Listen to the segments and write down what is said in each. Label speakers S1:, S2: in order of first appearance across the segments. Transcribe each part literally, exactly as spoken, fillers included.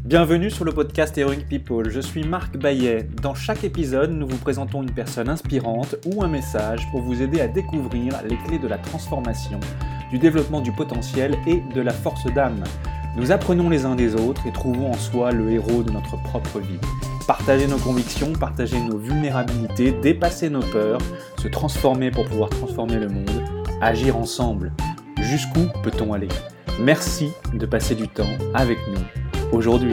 S1: Bienvenue sur le podcast Heroic People, je suis Marc Baillet. Dans chaque épisode, nous vous présentons une personne inspirante ou un message pour vous aider à découvrir les clés de la transformation, du développement du potentiel et de la force d'âme. Nous apprenons les uns des autres et trouvons en soi le héros de notre propre vie. Partager nos convictions, partager nos vulnérabilités, dépasser nos peurs, se transformer pour pouvoir transformer le monde, agir ensemble. Jusqu'où peut-on aller ? Merci de passer du temps avec nous aujourd'hui.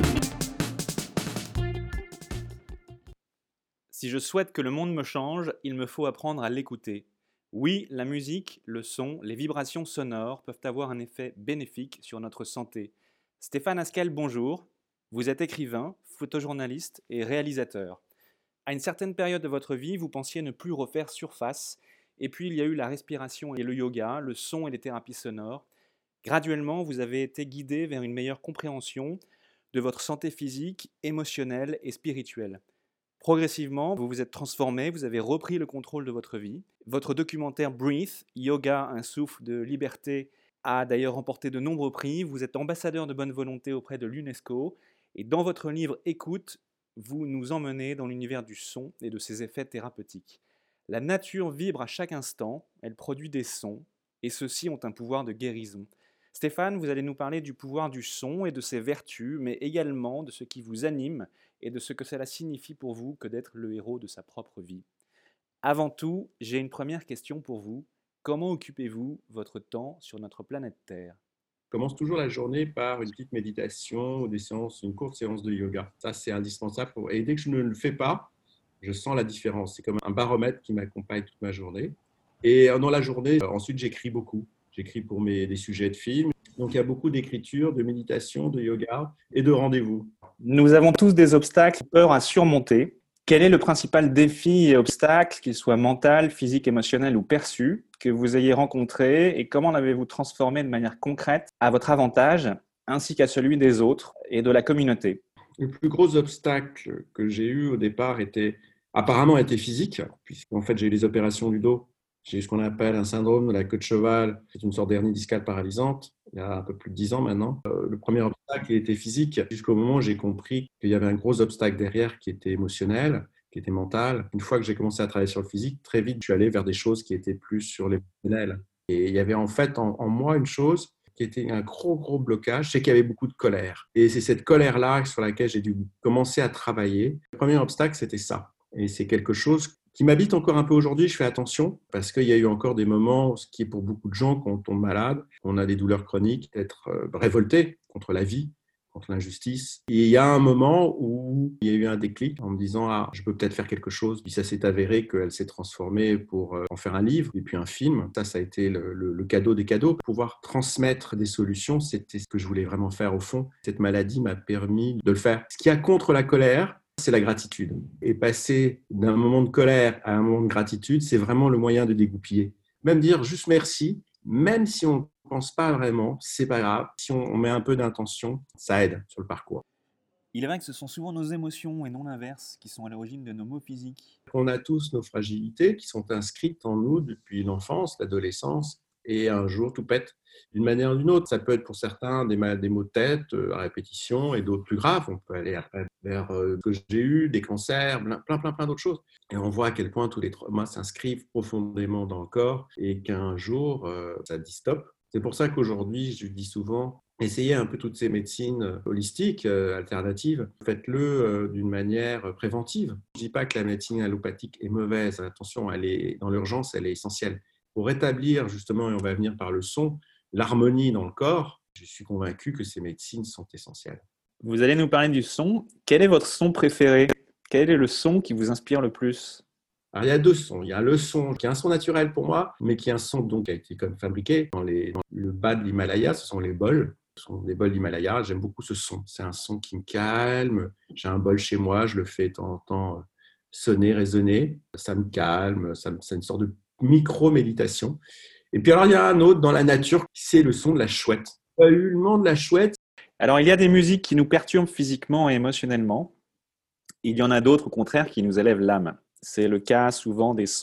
S1: Si je souhaite que le monde me change, il me faut apprendre à l'écouter. Oui, la musique, le son, les vibrations sonores peuvent avoir un effet bénéfique sur notre santé. Stéphane Askel, bonjour. Vous êtes écrivain, photojournaliste et réalisateur. À une certaine période de votre vie, vous pensiez ne plus refaire surface, et puis il y a eu la respiration et le yoga, le son et les thérapies sonores. Graduellement, vous avez été guidé vers une meilleure compréhension de votre santé physique, émotionnelle et spirituelle. Progressivement, vous vous êtes transformé, vous avez repris le contrôle de votre vie. Votre documentaire Breathe, Yoga, un souffle de liberté, a d'ailleurs remporté de nombreux prix. Vous êtes ambassadeur de bonne volonté auprès de l'UNESCO. Et dans votre livre Écoute, vous nous emmenez dans l'univers du son et de ses effets thérapeutiques. La nature vibre à chaque instant, elle produit des sons, et ceux-ci ont un pouvoir de guérison. Stéphane, vous allez nous parler du pouvoir du son et de ses vertus, mais également de ce qui vous anime et de ce que cela signifie pour vous que d'être le héros de sa propre vie. Avant tout, j'ai une première question pour vous. Comment occupez-vous votre temps sur notre planète Terre ?
S2: Je commence toujours la journée par une petite méditation ou des séances, une courte séance de yoga. Ça, c'est indispensable. Pour... Et dès que je ne le fais pas, je sens la différence. C'est comme un baromètre qui m'accompagne toute ma journée. Et dans la journée, ensuite, j'écris beaucoup. J'écris pour mes, des sujets de films. Donc, il y a beaucoup d'écriture, de méditation, de yoga et de rendez-vous.
S1: Nous avons tous des obstacles, peurs à surmonter. Quel est le principal défi et obstacle, qu'il soit mental, physique, émotionnel ou perçu, que vous ayez rencontré et comment l'avez-vous transformé de manière concrète à votre avantage ainsi qu'à celui des autres et de la communauté ?
S2: Le plus gros obstacle que j'ai eu au départ était apparemment était physique, puisqu'en fait, j'ai eu les opérations du dos. J'ai eu ce qu'on appelle un syndrome de la queue de cheval. C'est une sorte d'hernie discale paralysante, il y a un peu plus de dix ans maintenant. Euh, le premier obstacle était physique, jusqu'au moment où j'ai compris qu'il y avait un gros obstacle derrière qui était émotionnel, qui était mental. Une fois que j'ai commencé à travailler sur le physique, très vite, je suis allé vers des choses qui étaient plus sur l'émotionnel. Et il y avait en fait en, en moi une chose qui était un gros, gros blocage, c'est qu'il y avait beaucoup de colère. Et c'est cette colère-là sur laquelle j'ai dû commencer à travailler. Le premier obstacle, c'était ça. Et c'est quelque chose qui m'habite encore un peu aujourd'hui. Je fais attention parce qu'il y a eu encore des moments, ce qui est pour beaucoup de gens, quand on tombe malade, on a des douleurs chroniques, d'être révolté contre la vie, contre l'injustice. Et il y a un moment où il y a eu un déclic en me disant « Ah, je peux peut-être faire quelque chose ». Puis ça s'est avéré qu'elle s'est transformée pour en faire un livre et puis un film. Ça, ça a été le, le, le cadeau des cadeaux. Pouvoir transmettre des solutions, c'était ce que je voulais vraiment faire au fond. Cette maladie m'a permis de le faire. Ce qu'il y a contre la colère, c'est la gratitude. Et passer d'un moment de colère à un moment de gratitude, c'est vraiment le moyen de dégoupiller. Même dire juste merci, même si on ne pense pas vraiment, c'est pas grave. Si on met un peu d'intention, ça aide sur le parcours.
S1: Il est vrai que ce sont souvent nos émotions et non l'inverse qui sont à l'origine de nos maux physiques.
S2: On a tous nos fragilités qui sont inscrites en nous depuis l'enfance, l'adolescence, et un jour tout pète d'une manière ou d'une autre. Ça peut être pour certains des, mal, des maux de tête à répétition et d'autres plus graves. On peut aller après vers euh, ce que j'ai eu, des cancers, plein, plein, plein, plein d'autres choses. Et on voit à quel point tous les traumas s'inscrivent profondément dans le corps et qu'un jour, euh, ça dit stop. C'est pour ça qu'aujourd'hui, je dis souvent, essayez un peu toutes ces médecines holistiques, euh, alternatives. Faites-le euh, d'une manière préventive. Je ne dis pas que la médecine allopathique est mauvaise. Attention, elle est, dans l'urgence, elle est essentielle. Pour rétablir justement, et on va venir par le son, l'harmonie dans le corps, je suis convaincu que ces médecines sont essentielles.
S1: Vous allez nous parler du son. Quel est votre son préféré ? Quel est le son qui vous inspire le plus ?
S2: Alors, il y a deux sons. Il y a le son qui est un son naturel pour moi, mais qui est un son donc, qui a été comme fabriqué dans, les, dans le bas de l'Himalaya. Ce sont les bols. Ce sont des bols d'Himalaya. J'aime beaucoup ce son. C'est un son qui me calme. J'ai un bol chez moi. Je le fais de temps en temps sonner, résonner. Ça me calme. Ça me, c'est une sorte de micro-méditation. Et puis alors, il y a un autre dans la nature, c'est le son de la chouette. Le hurlement de la chouette.
S1: Alors, il y a des musiques qui nous perturbent physiquement et émotionnellement. Il y en a d'autres, au contraire, qui nous élèvent l'âme. C'est le cas souvent des sons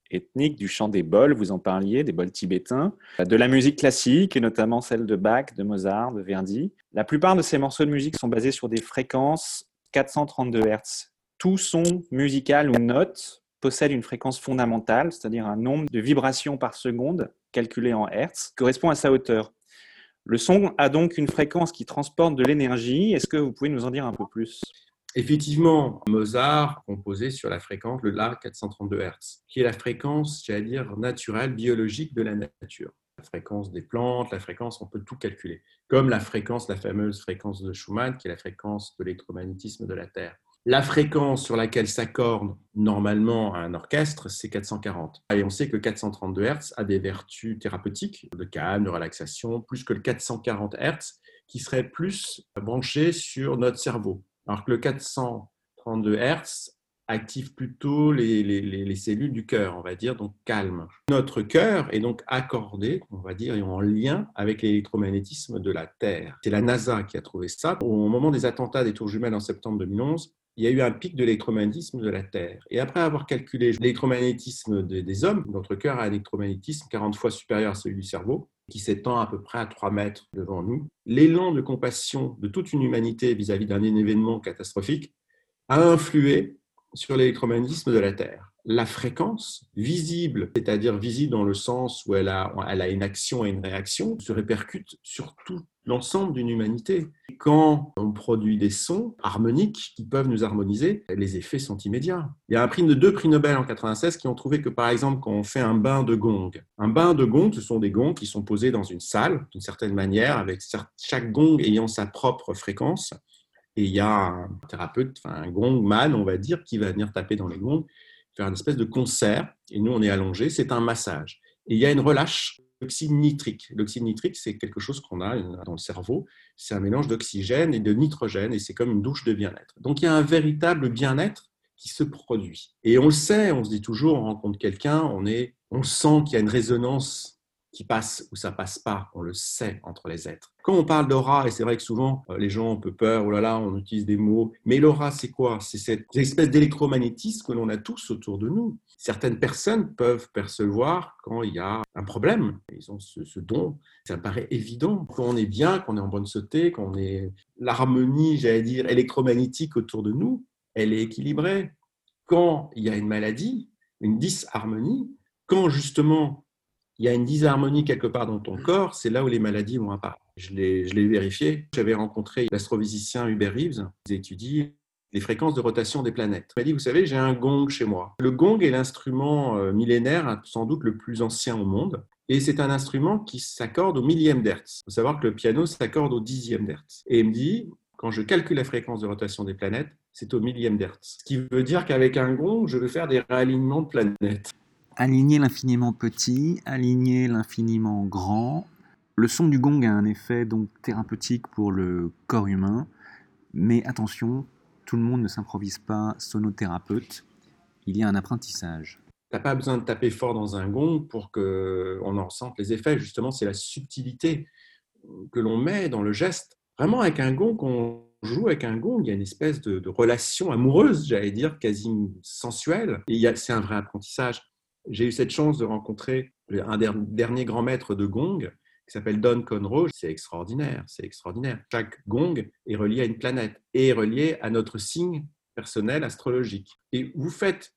S1: ethniques, du chant des bols, vous en parliez, des bols tibétains, de la musique classique, et notamment celle de Bach, de Mozart, de Verdi. La plupart de ces morceaux de musique sont basés sur des fréquences quatre cent trente-deux hertz. Tout son musical ou note possède une fréquence fondamentale, c'est-à-dire un nombre de vibrations par seconde calculé en hertz, qui correspond à sa hauteur. Le son a donc une fréquence qui transporte de l'énergie. Est-ce que vous pouvez nous en dire un peu plus ?
S2: Effectivement, Mozart composait sur la fréquence, le La quatre cent trente-deux hertz, qui est la fréquence, j'allais dire, naturelle, biologique de la nature. La fréquence des plantes, la fréquence, on peut tout calculer. Comme la fréquence, la fameuse fréquence de Schumann, qui est la fréquence de l'électromagnétisme de la Terre. La fréquence sur laquelle s'accorde normalement un orchestre, c'est quatre cent quarante. Et on sait que quatre cent trente-deux hertz a des vertus thérapeutiques, de calme, de relaxation, plus que le quatre cent quarante hertz, qui serait plus branché sur notre cerveau. Alors que le quatre cent trente-deux hertz active plutôt les, les, les cellules du cœur, on va dire, donc calme. Notre cœur est donc accordé, on va dire, et en lien avec l'électromagnétisme de la Terre. C'est la NASA qui a trouvé ça. Au moment des attentats des Tours Jumelles en septembre deux mille onze, il y a eu un pic de l'électromagnétisme de la Terre. Et après avoir calculé l'électromagnétisme des, des hommes, notre cœur a un électromagnétisme quarante fois supérieur à celui du cerveau, qui s'étend à peu près à trois mètres devant nous. L'élan de compassion de toute une humanité vis-à-vis d'un événement catastrophique a influé sur l'électromagnétisme de la Terre. La fréquence visible, c'est-à-dire visible dans le sens où elle a, elle a une action et une réaction, se répercute sur tout l'ensemble d'une humanité. Quand on produit des sons harmoniques qui peuvent nous harmoniser, les effets sont immédiats. Il y a un prix de deux prix Nobel en quatre-vingt-seize qui ont trouvé que, par exemple, quand on fait un bain de gong, un bain de gong, ce sont des gongs qui sont posés dans une salle, d'une certaine manière, avec chaque gong ayant sa propre fréquence. Et il y a un thérapeute, enfin un gongman, on va dire, qui va venir taper dans les gongs, faire une espèce de concert. Et nous, on est allongés, c'est un massage. Et il y a une relâche d'oxyde nitrique. L'oxyde nitrique, c'est quelque chose qu'on a dans le cerveau. C'est un mélange d'oxygène et de nitrogène, et c'est comme une douche de bien-être. Donc, il y a un véritable bien-être qui se produit. Et on le sait, on se dit toujours, on rencontre quelqu'un, on, est, on sent qu'il y a une résonance qui passe ou ça passe pas, on le sait entre les êtres. Quand on parle d'aura, et c'est vrai que souvent les gens ont un peu peur, oh là là, on utilise des mots, mais l'aura c'est quoi ? C'est cette espèce d'électromagnétisme que l'on a tous autour de nous. Certaines personnes peuvent percevoir quand il y a un problème, ils ont ce, ce don, ça paraît évident. Quand on est bien, quand on est en bonne santé, quand on est l'harmonie, j'allais dire, électromagnétique autour de nous, elle est équilibrée. Quand il y a une maladie, une disharmonie, quand justement il y a une disharmonie quelque part dans ton corps, c'est là où les maladies vont apparaître. Je l'ai, je l'ai vérifié. J'avais rencontré l'astrophysicien Hubert Reeves, qui étudie les fréquences de rotation des planètes. Il m'a dit, vous savez, j'ai un gong chez moi. Le gong est l'instrument millénaire, sans doute le plus ancien au monde. Et c'est un instrument qui s'accorde au millième d'hertz. Il faut savoir que le piano s'accorde au dixième d'hertz. Et il me dit, quand je calcule la fréquence de rotation des planètes, c'est au millième d'hertz. Ce qui veut dire qu'avec un gong, je vais faire des réalignements de planètes.
S3: Aligner l'infiniment petit, aligner l'infiniment grand. Le son du gong a un effet donc thérapeutique pour le corps humain, mais attention, tout le monde ne s'improvise pas sonothérapeute, il y a un apprentissage.
S2: Tu n'as pas besoin de taper fort dans un gong pour qu'on en ressente les effets. Justement, c'est la subtilité que l'on met dans le geste. Vraiment, avec un gong, on joue avec un gong, il y a une espèce de, de relation amoureuse, j'allais dire, quasi sensuelle. Et il y a, c'est un vrai apprentissage. J'ai eu cette chance de rencontrer un der, dernier grand maître de gong qui s'appelle Don Conroe. C'est extraordinaire, c'est extraordinaire. Chaque gong est relié à une planète et est relié à notre signe personnel astrologique. Et vous faites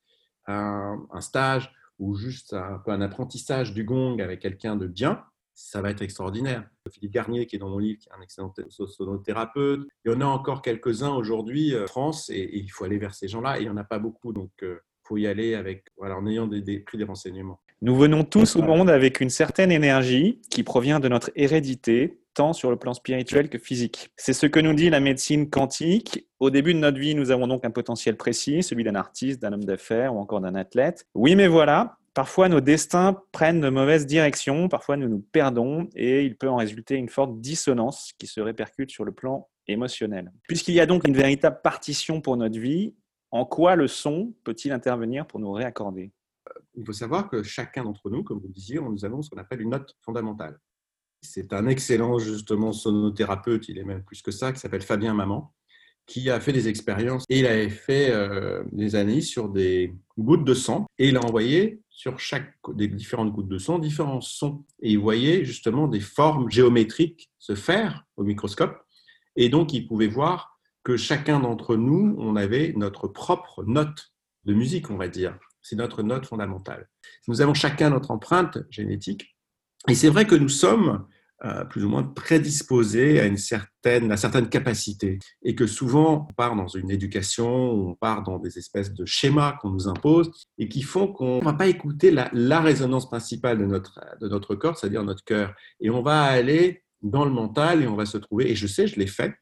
S2: un, un stage ou juste un peu un apprentissage du gong avec quelqu'un de bien, ça va être extraordinaire. Philippe Garnier, qui est dans mon livre, qui est un excellent sonothérapeute. Il y en a encore quelques-uns aujourd'hui en France et, et il faut aller vers ces gens-là. Et il n'y en a pas beaucoup, donc il euh, faut y aller avec, voilà, en ayant des, des, pris des renseignements.
S1: Nous venons tous au monde avec une certaine énergie qui provient de notre hérédité, tant sur le plan spirituel que physique. C'est ce que nous dit la médecine quantique. Au début de notre vie, nous avons donc un potentiel précis, celui d'un artiste, d'un homme d'affaires ou encore d'un athlète. Oui, mais voilà, parfois nos destins prennent de mauvaises directions, parfois nous nous perdons et il peut en résulter une forte dissonance qui se répercute sur le plan émotionnel. Puisqu'il y a donc une véritable partition pour notre vie, en quoi le son peut-il intervenir pour nous réaccorder ?
S2: Il faut savoir que chacun d'entre nous, comme vous le disiez, nous avons ce qu'on appelle une note fondamentale. C'est un excellent, justement, sonothérapeute, il est même plus que ça, qui s'appelle Fabien Maman, qui a fait des expériences et il avait fait euh, des analyses sur des gouttes de sang et il a envoyé sur chaque des différentes gouttes de sang différents sons et il voyait justement des formes géométriques se faire au microscope et donc il pouvait voir que chacun d'entre nous, on avait notre propre note de musique, on va dire. C'est notre note fondamentale. Nous avons chacun notre empreinte génétique et c'est vrai que nous sommes Euh, plus ou moins prédisposés à une certaine, à certaines capacités et que souvent on part dans une éducation, on part dans des espèces de schémas qu'on nous impose et qui font qu'on ne va pas écouter la, la résonance principale de notre, de notre corps, c'est-à-dire notre cœur. Et on va aller dans le mental et on va se trouver, et je sais, je l'ai fait,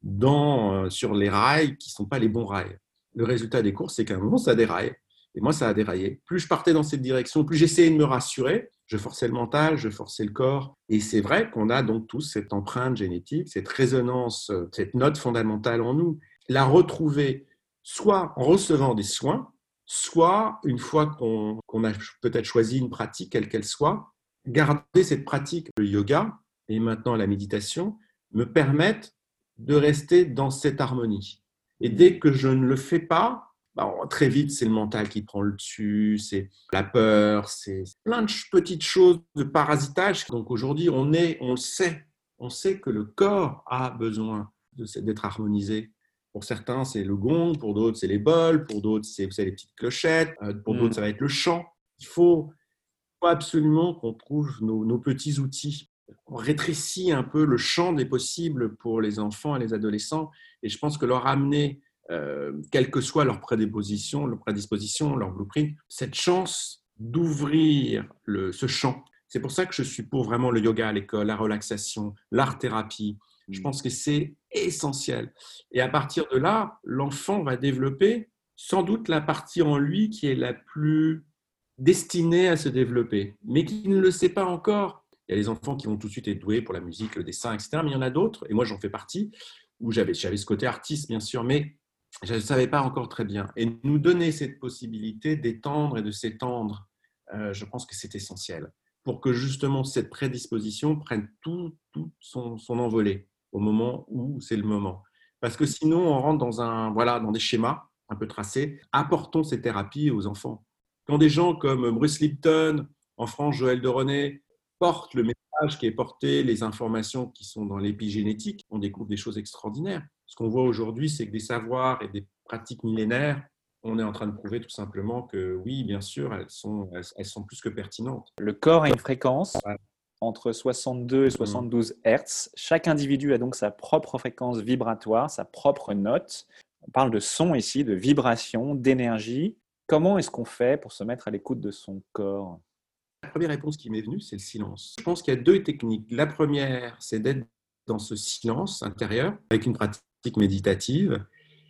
S2: dans, euh, sur les rails qui ne sont pas les bons rails. Le résultat des courses, c'est qu'à un moment, ça déraille. Et moi, ça a déraillé. Plus je partais dans cette direction, plus j'essayais de me rassurer. Je forçais le mental, je forçais le corps. Et c'est vrai qu'on a donc tous cette empreinte génétique, cette résonance, cette note fondamentale en nous. La retrouver soit en recevant des soins, soit une fois qu'on, qu'on a peut-être choisi une pratique, quelle qu'elle soit, garder cette pratique, le yoga et maintenant la méditation, me permettent de rester dans cette harmonie. Et dès que je ne le fais pas, bah, très vite, c'est le mental qui prend le dessus, c'est la peur, c'est plein de petites choses de parasitage. Donc aujourd'hui, on, est, on le sait, on sait que le corps a besoin de, d'être harmonisé. Pour certains, c'est le gong, pour d'autres, c'est les bols, pour d'autres, c'est, vous savez, les petites clochettes, pour d'autres, ça va être le chant. Il faut, faut absolument qu'on trouve nos, nos petits outils. On rétrécit un peu le champ des possibles pour les enfants et les adolescents, et je pense que leur amener Euh, quelle que soit leur prédisposition, leur prédisposition, leur blueprint, cette chance d'ouvrir le, ce champ. C'est pour ça que je suis pour vraiment le yoga à l'école, la relaxation, l'art-thérapie. Je pense que c'est essentiel. Et à partir de là, l'enfant va développer sans doute la partie en lui qui est la plus destinée à se développer, mais qui ne le sait pas encore. Il y a les enfants qui vont tout de suite être doués pour la musique, le dessin, et cetera. Mais il y en a d'autres, et moi j'en fais partie, où j'avais, j'avais ce côté artiste, bien sûr, mais je ne savais pas encore très bien. Et nous donner cette possibilité d'étendre et de s'étendre, euh, je pense que c'est essentiel pour que justement cette prédisposition prenne tout, tout son, son envolée au moment où c'est le moment. Parce que sinon, on rentre dans, un, voilà, dans des schémas un peu tracés. Apportons ces thérapies aux enfants. Quand des gens comme Bruce Lipton, en France, Joël de René, portent le message qui est porté, les informations qui sont dans l'épigénétique, on découvre des choses extraordinaires. Ce qu'on voit aujourd'hui, c'est que des savoirs et des pratiques millénaires, on est en train de prouver tout simplement que oui, bien sûr, elles sont, elles sont plus que pertinentes.
S1: Le corps a une fréquence entre soixante-deux et soixante-douze hertz. Chaque individu a donc sa propre fréquence vibratoire, sa propre note. On parle de son ici, de vibration, d'énergie. Comment est-ce qu'on fait pour se mettre à l'écoute de son corps ?
S2: La première réponse qui m'est venue, c'est le silence. Je pense qu'il y a deux techniques. La première, c'est d'être dans ce silence intérieur avec une pratique méditative.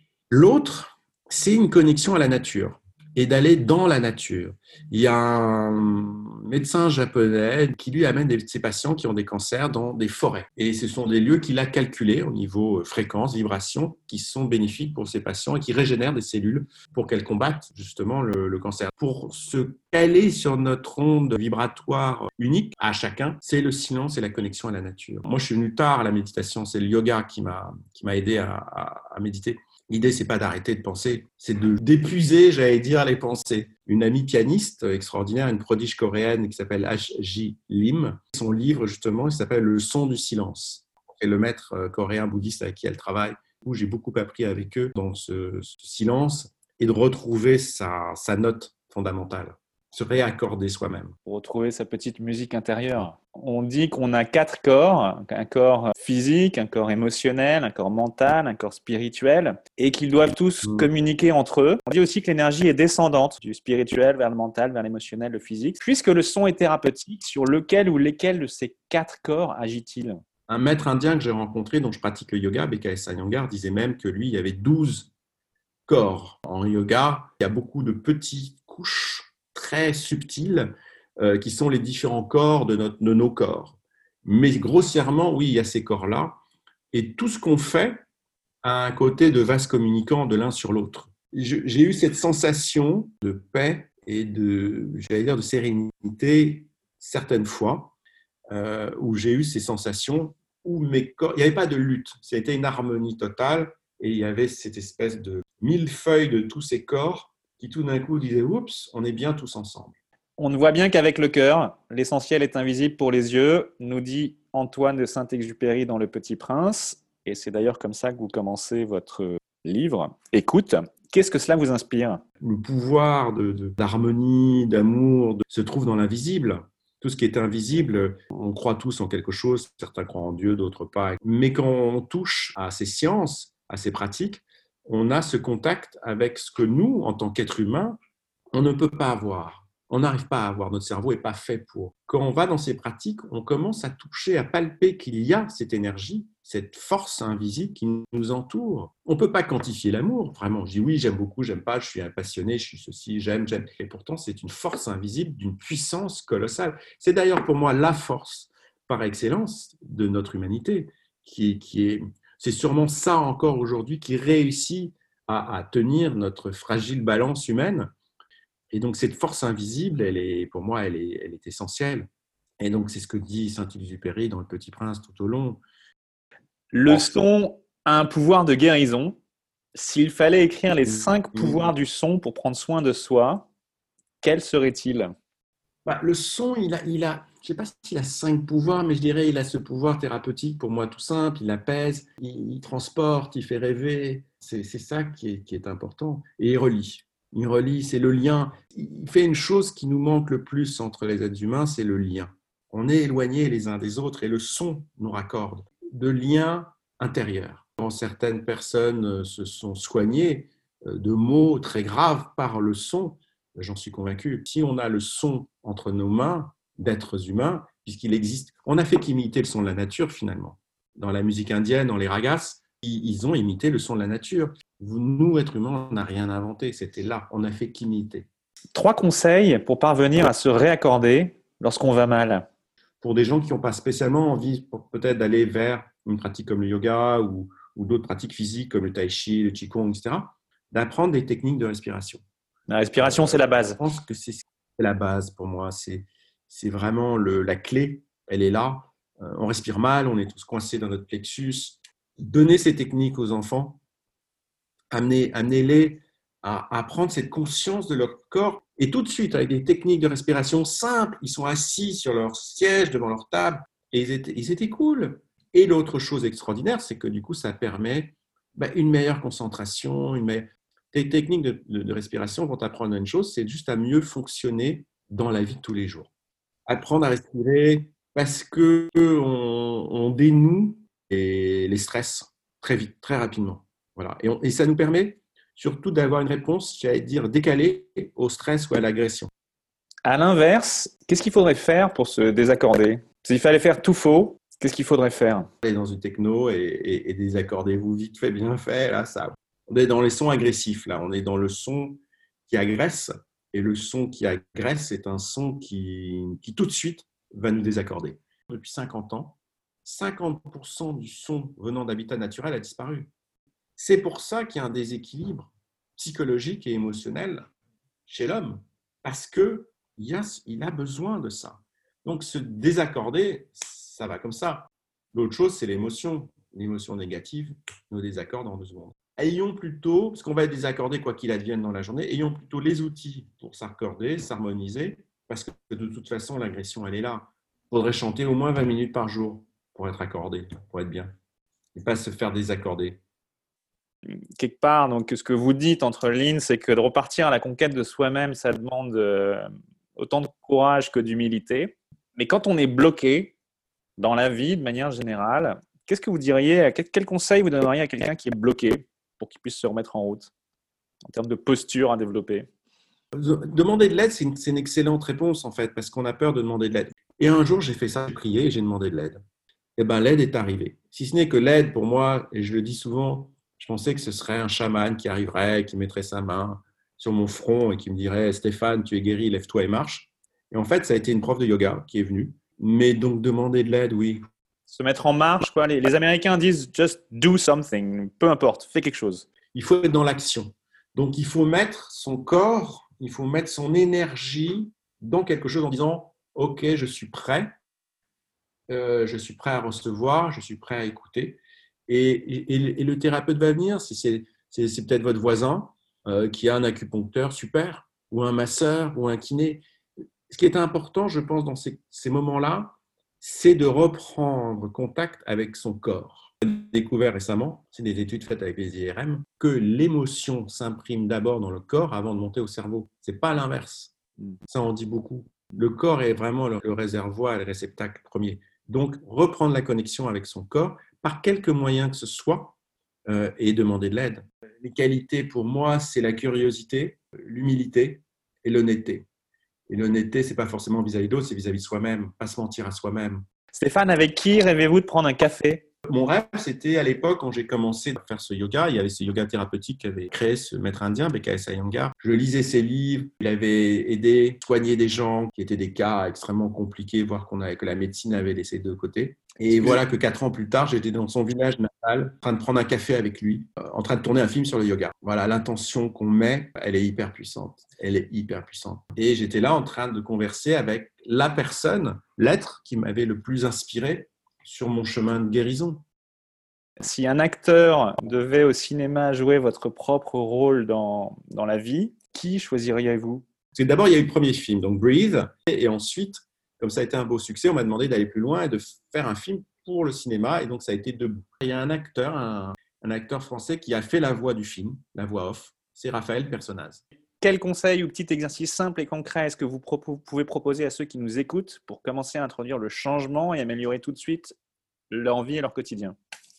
S2: L'autre, c'est une connexion à la nature et d'aller dans la nature. Il y a un médecin japonais qui lui amène ses patients qui ont des cancers dans des forêts. Et ce sont des lieux qu'il a calculés au niveau fréquence, vibration, qui sont bénéfiques pour ces patients et qui régénèrent des cellules pour qu'elles combattent justement le, le cancer. Pour se caler sur notre onde vibratoire unique à chacun, c'est le silence et la connexion à la nature. Moi, je suis venu tard à la méditation, c'est le yoga qui m'a, qui m'a aidé à, à, à méditer. L'idée, c'est pas d'arrêter de penser, c'est de d'épuiser, j'allais dire, les pensées. Une amie pianiste extraordinaire, une prodige coréenne qui s'appelle H J Lim, son livre justement, il s'appelle Le son du silence. C'est le maître coréen bouddhiste avec qui elle travaille, où j'ai beaucoup appris avec eux dans ce, ce silence et de retrouver sa, sa note fondamentale. Se réaccorder soi-même.
S1: Pour retrouver sa petite musique intérieure. On dit qu'on a quatre corps, un corps physique, un corps émotionnel, un corps mental, un corps spirituel, et qu'ils doivent tous mmh. communiquer entre eux. On dit aussi que l'énergie est descendante du spirituel vers le mental, vers l'émotionnel, le physique. Puisque le son est thérapeutique, sur lequel ou lesquels de ces quatre corps agit-il ?
S2: Un maître indien que j'ai rencontré, dont je pratique le yoga, B K S Iyengar, disait même que lui, il y avait douze corps. En yoga, il y a beaucoup de petites couches très subtils euh, qui sont les différents corps de, notre, de nos corps. Mais grossièrement, oui, il y a ces corps-là. Et tout ce qu'on fait a un côté de vase communicant de l'un sur l'autre. Je, j'ai eu cette sensation de paix et de, j'allais dire, de sérénité certaines fois, euh, où j'ai eu ces sensations où mes corps, il n'y avait pas de lutte, c'était une harmonie totale. et il y avait cette espèce de millefeuille de tous ces corps qui tout d'un coup disaient « Oups, on est bien tous ensemble ».
S1: On ne voit bien qu'avec le cœur, l'essentiel est invisible pour les yeux, nous dit Antoine de Saint-Exupéry dans Le Petit Prince. Et c'est d'ailleurs comme ça que vous commencez votre livre. Écoute, qu'est-ce que cela vous inspire ?
S2: Le pouvoir de, de, d'harmonie, d'amour, de, se trouve dans l'invisible. Tout ce qui est invisible, on croit tous en quelque chose, certains croient en Dieu, d'autres pas. Mais quand on touche à ces sciences, à ces pratiques, on a ce contact avec ce que nous, en tant qu'êtres humains, on ne peut pas avoir. On n'arrive pas à avoir, notre cerveau n'est pas fait pour. Quand on va dans ces pratiques, on commence à toucher, à palper qu'il y a cette énergie, cette force invisible qui nous entoure. On ne peut pas quantifier l'amour, vraiment. Je dis oui, j'aime beaucoup, j'aime pas, je suis un passionné, je suis ceci, j'aime, j'aime. Et pourtant, c'est une force invisible d'une puissance colossale. C'est d'ailleurs pour moi la force par excellence de notre humanité, qui, qui est, c'est sûrement ça encore aujourd'hui qui réussit à, à tenir notre fragile balance humaine. Et donc, cette force invisible, elle est, pour moi, elle est, elle est essentielle. Et donc, c'est ce que dit Saint-Exupéry dans Le Petit Prince tout au long.
S1: Le son a un pouvoir de guérison. S'il fallait écrire les cinq pouvoirs du son pour prendre soin de soi, quels seraient-ils ?
S2: Bah, le son, il a, il a, je ne sais pas s'il a cinq pouvoirs, mais je dirais il a ce pouvoir thérapeutique, pour moi, tout simple. Il apaise, il, il transporte, il fait rêver. C'est, c'est ça qui est, qui est important. Et il relie. Il relie, c'est le lien. Il fait une chose qui nous manque le plus entre les êtres humains, c'est le lien. On est éloignés les uns des autres et le son nous raccorde de liens intérieurs. Quand certaines personnes se sont soignées de maux très graves par le son, j'en suis convaincu. Si on a le son entre nos mains d'êtres humains, puisqu'il existe, on n'a fait qu'imiter le son de la nature finalement. Dans la musique indienne, dans les ragas, ils ont imité le son de la nature. Nous, êtres humains, on n'a rien inventé, c'était là, on n'a fait qu'imiter.
S1: Trois conseils pour parvenir à se réaccorder lorsqu'on va mal.
S2: Pour des gens qui n'ont pas spécialement envie peut-être d'aller vers une pratique comme le yoga ou, ou d'autres pratiques physiques comme le tai chi, le qigong, et cetera, d'apprendre des techniques de respiration.
S1: La respiration, c'est la base.
S2: Je pense que c'est la base pour moi, c'est, c'est vraiment le, la clé, elle est là. On respire mal, on est tous coincés dans notre plexus. Donner ces techniques aux enfants, amener, amenez-les à, à prendre cette conscience de leur corps et tout de suite, avec des techniques de respiration simples, ils sont assis sur leur siège, devant leur table et ils étaient, ils étaient cool. Et l'autre chose extraordinaire, c'est que du coup, ça permet bah, une meilleure concentration, une meilleure... Tes techniques de, de, de respiration vont t'apprendre une chose, c'est juste à mieux fonctionner dans la vie de tous les jours. Apprendre à respirer parce qu'on on dénoue les, les stress très vite, très rapidement. Voilà. Et, on, et ça nous permet surtout d'avoir une réponse, j'allais dire, décalée au stress ou à l'agression.
S1: À l'inverse, qu'est-ce qu'il faudrait faire pour se désaccorder ? S'il fallait faire tout faux, qu'est-ce qu'il faudrait faire ?
S2: Aller dans une techno et, et, et désaccordez-vous vite fait, bien fait, là, ça... On est dans les sons agressifs, là. On est dans le son qui agresse. Et le son qui agresse, c'est un son qui, qui, tout de suite, va nous désaccorder. Depuis cinquante ans, cinquante pour cent du son venant d'habitat naturel a disparu. C'est pour ça qu'il y a un déséquilibre psychologique et émotionnel chez l'homme. Parce qu'il a, il a besoin de ça. Donc, se désaccorder, ça va comme ça. L'autre chose, c'est l'émotion. L'émotion négative nous désaccorde en deux secondes. Ayons plutôt, parce qu'on va être désaccordé quoi qu'il advienne dans la journée, ayons plutôt les outils pour s'accorder, s'harmoniser, parce que de toute façon, l'agression, elle est là. Il faudrait chanter au moins vingt minutes par jour pour être accordé, pour être bien, et pas se faire désaccorder.
S1: Quelque part, donc, ce que vous dites entre lignes, c'est que de repartir à la conquête de soi-même, ça demande euh, autant de courage que d'humilité. Mais quand on est bloqué dans la vie, de manière générale, qu'est-ce que vous diriez, quel conseil vous donneriez à quelqu'un qui est bloqué pour qu'il puisse se remettre en route, en termes de posture à développer ?
S2: Demander de l'aide, c'est une, c'est une excellente réponse, en fait, parce qu'on a peur de demander de l'aide. Et un jour, j'ai fait ça, j'ai prié et j'ai demandé de l'aide. Et bien, l'aide est arrivée. Si ce n'est que l'aide, pour moi, et je le dis souvent, je pensais que ce serait un chaman qui arriverait, qui mettrait sa main sur mon front et qui me dirait « Stéphane, tu es guéri, lève-toi et marche ». Et en fait, ça a été une prof de yoga qui est venue. Mais donc, demander de l'aide, oui.
S1: Se mettre en marche, quoi. Les, les Américains disent « just do something », peu importe, fais quelque chose.
S2: Il faut être dans l'action. Donc, il faut mettre son corps, il faut mettre son énergie dans quelque chose en disant « Ok, je suis prêt, euh, je suis prêt à recevoir, je suis prêt à écouter ». Et, et, et le thérapeute va venir, si c'est, c'est, c'est peut-être votre voisin euh, qui a un acupuncteur super, ou un masseur, ou un kiné. Ce qui est important, je pense, dans ces, ces moments-là, c'est de reprendre contact avec son corps. J'ai découvert récemment, c'est des études faites avec les I R M, que l'émotion s'imprime d'abord dans le corps avant de monter au cerveau. Ce n'est pas l'inverse. Ça en dit beaucoup. Le corps est vraiment le, le réservoir et le réceptacle premier. Donc, reprendre la connexion avec son corps par quelque moyen que ce soit euh, et demander de l'aide. Les qualités, pour moi, c'est la curiosité, l'humilité et l'honnêteté. Et l'honnêteté, ce n'est pas forcément vis-à-vis d'autres, c'est vis-à-vis de soi-même, pas se mentir à soi-même.
S1: Stéphane, avec qui rêvez-vous de prendre un café ?
S2: Mon rêve, c'était à l'époque, quand j'ai commencé à faire ce yoga, il y avait ce yoga thérapeutique qu'avait créé ce maître indien, B K S Iyengar. Je lisais ses livres, il avait aidé, soigné des gens qui étaient des cas extrêmement compliqués, voire qu'on avait, que la médecine avait laissé de côté. Et voilà que quatre ans plus tard, j'étais dans son village natal, en train de prendre un café avec lui, en train de tourner un film sur le yoga. Voilà, l'intention qu'on met, elle est hyper puissante. Elle est hyper puissante. Et j'étais là en train de converser avec la personne, l'être qui m'avait le plus inspiré sur mon chemin de guérison.
S1: Si un acteur devait au cinéma jouer votre propre rôle dans, dans la vie, qui choisiriez-vous ?
S2: Parce que d'abord, il y a eu le premier film, donc Breathe, et ensuite, comme ça a été un beau succès, on m'a demandé d'aller plus loin et de faire un film pour le cinéma, et donc ça a été Debout. Il y a un acteur, un, un acteur français qui a fait la voix du film, la voix off, c'est Raphaël Personnaz.
S1: Quel conseil ou petit exercice simple et concret est-ce que vous pro- pouvez proposer à ceux qui nous écoutent pour commencer à introduire le changement et améliorer tout de suite leur vie et leur quotidien ?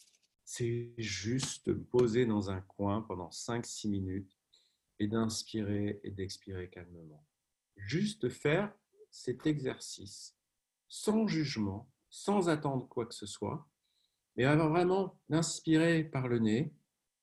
S2: C'est juste de poser dans un coin pendant cinq six minutes et d'inspirer et d'expirer calmement. Juste faire cet exercice sans jugement, sans attendre quoi que ce soit, mais avoir vraiment d'inspirer par le nez,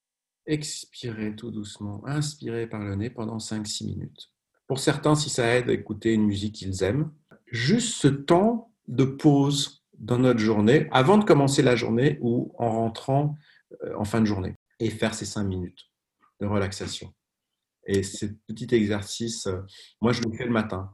S2: expirer tout doucement, inspirer par le nez pendant cinq six minutes. Pour certains, si ça aide à écouter une musique qu'ils aiment, juste ce temps de pause dans notre journée, avant de commencer la journée ou en rentrant euh, en fin de journée, et faire ces cinq minutes de relaxation. Et ce petit exercice, euh, moi je le fais le matin.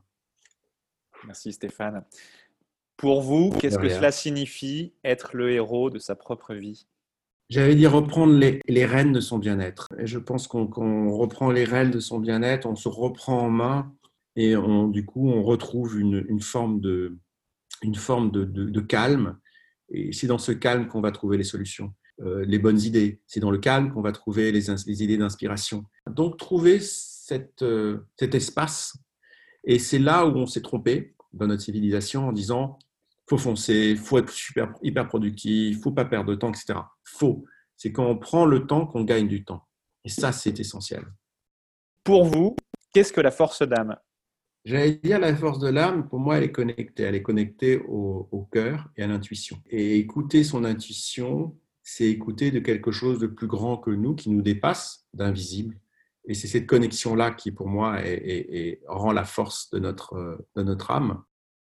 S1: Merci Stéphane. Pour vous, qu'est-ce que
S2: Derrière.
S1: cela signifie être le héros de sa propre vie ?
S2: J'avais dit reprendre les, les rênes de son bien-être. Et je pense qu'on, qu'on reprend les rênes de son bien-être, on se reprend en main et on, du coup on retrouve une, une forme de, une forme de, de, de calme. Et c'est dans ce calme qu'on va trouver les solutions, euh, les bonnes idées. C'est dans le calme qu'on va trouver les, les idées d'inspiration. Donc trouver cette, euh, cet espace. Et c'est là où on s'est trompé dans notre civilisation en disant faut foncer, faut être super, hyper productif, faut pas perdre de temps, et cetera. Faux. C'est quand on prend le temps qu'on gagne du temps. Et ça, c'est essentiel.
S1: Pour vous, qu'est-ce que la force d'âme ?
S2: J'allais dire la force de l'âme, pour moi, elle est connectée. Elle est connectée au, au cœur et à l'intuition. Et écouter son intuition, c'est écouter de quelque chose de plus grand que nous, qui nous dépasse, d'invisible. Et c'est cette connexion-là qui, pour moi, est, est, est, rend la force de notre, de notre âme.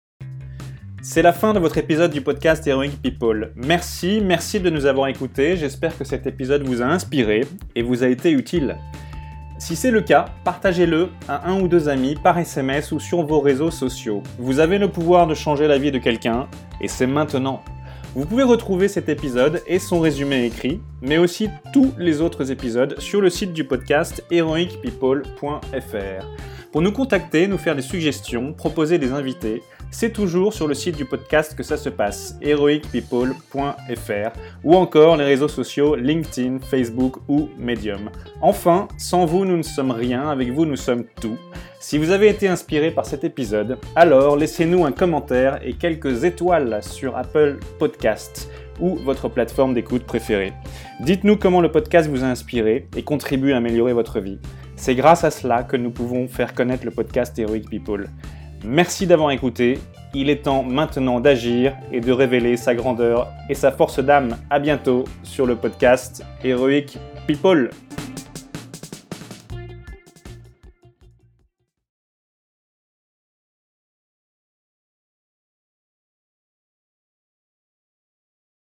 S1: C'est la fin de votre épisode du podcast Heroic People. Merci, merci de nous avoir écoutés. J'espère que cet épisode vous a inspiré et vous a été utile. Si c'est le cas, partagez-le à un ou deux amis par S M S ou sur vos réseaux sociaux. Vous avez le pouvoir de changer la vie de quelqu'un et c'est maintenant. Vous pouvez retrouver cet épisode et son résumé écrit, mais aussi tous les autres épisodes sur le site du podcast heroic people point f r. Pour nous contacter, nous faire des suggestions, proposer des invités, c'est toujours sur le site du podcast que ça se passe, heroic people point f r, ou encore les réseaux sociaux LinkedIn, Facebook ou Medium. Enfin, sans vous, nous ne sommes rien, avec vous, nous sommes tout. Si vous avez été inspiré par cet épisode, alors laissez-nous un commentaire et quelques étoiles sur Apple Podcasts ou votre plateforme d'écoute préférée. Dites-nous comment le podcast vous a inspiré et contribue à améliorer votre vie. C'est grâce à cela que nous pouvons faire connaître le podcast Heroic People. Merci d'avoir écouté, il est temps maintenant d'agir et de révéler sa grandeur et sa force d'âme. À bientôt sur le podcast Heroic People.